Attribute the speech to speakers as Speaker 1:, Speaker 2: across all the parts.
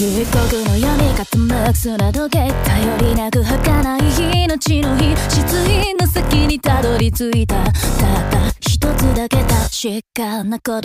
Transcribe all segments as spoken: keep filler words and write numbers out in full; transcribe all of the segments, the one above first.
Speaker 1: 漆黒の闇傾く砂時計、頼りなく儚い命の日、失意の先にたどり着いた、たった一つだけ確かなこと。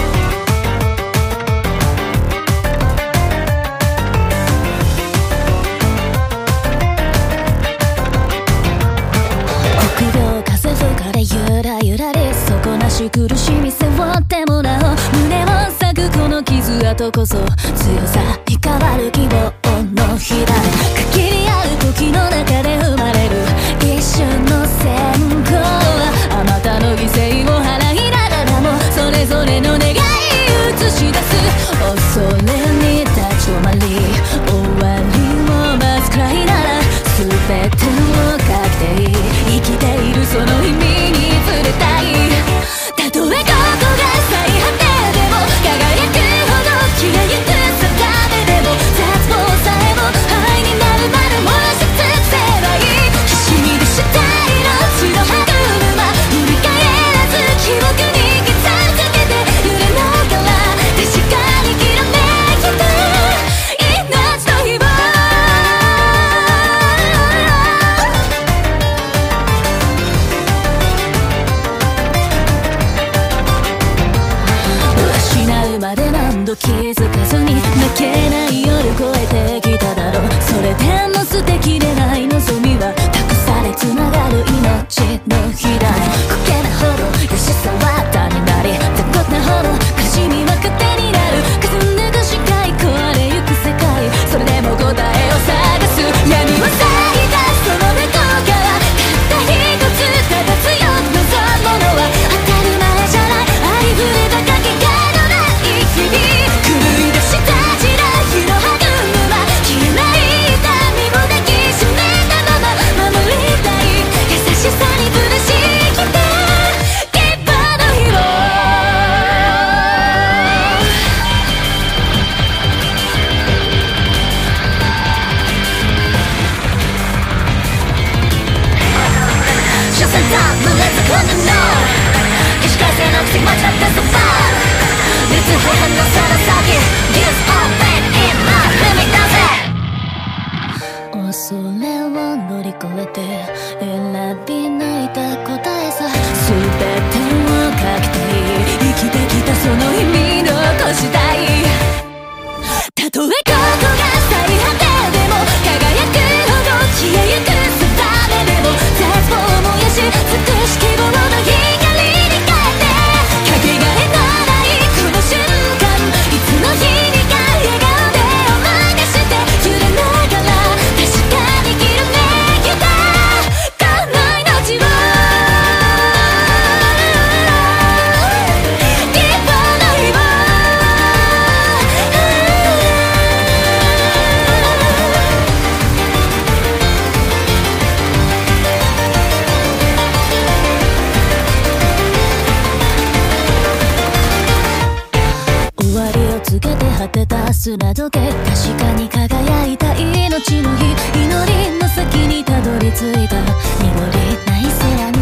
Speaker 1: 臆病風吹かれゆらゆらで底なし苦しみ背負ってもなお、胸を裂くこの傷跡こそ強さに変わる希望の火だ。限りある時の中で生まれる一瞬の閃光は、あまたの犠牲を払いながらもそれぞれの願い映し出す。恐れに立ち止まり終わりを待つくらいなら全てをかけていい、生きているその意味に触れたい。たとえここが最果てでも輝くほど消えゆく定めでも、絶望さえも愛になるまで燃やし尽くせばいい。きしみ出した命の歯車振り返らず記憶に刻続けて揺れながら確かにきらめきた命の希望。失うまで何度気づかずに負けない夜越えてきただろう。それでも捨てきれない望みは託されつながる命の火だ。こけなほど優しさは他になり、残酷なほど悲しみは糧になる。風抜く視界壊れゆく世界、それでも答えを探す。闇を裂いたその向こう側、たった一つただ強く望むものは当たり前じゃない、ありふれたかけがえのない日々。狂い出した地雷の歯車、消えない痛みを抱きしめたまま守りたい。優しさにぶらしてきた希望の火を。所詮だ群れず今度の起死回生の奇跡間違ってそば熱配反応その先 Use all pain in my limit だぜ。恐れを乗り越えて選び抜いた答えさ、全てをかけて生きてきたその意味残したい。たとえここが最果てでも輝くほど消えゆく定めでも、絶望を燃やし尽くし希望の光に変えて、かけがえのないこの瞬間、いつの日にか笑顔で思い出して揺れながら確かにきらめきたこの命を。希望の火を。終わりを告げて果てた砂時計、確かに輝いた命の日、祈りの先にたどり着いた濁りない空に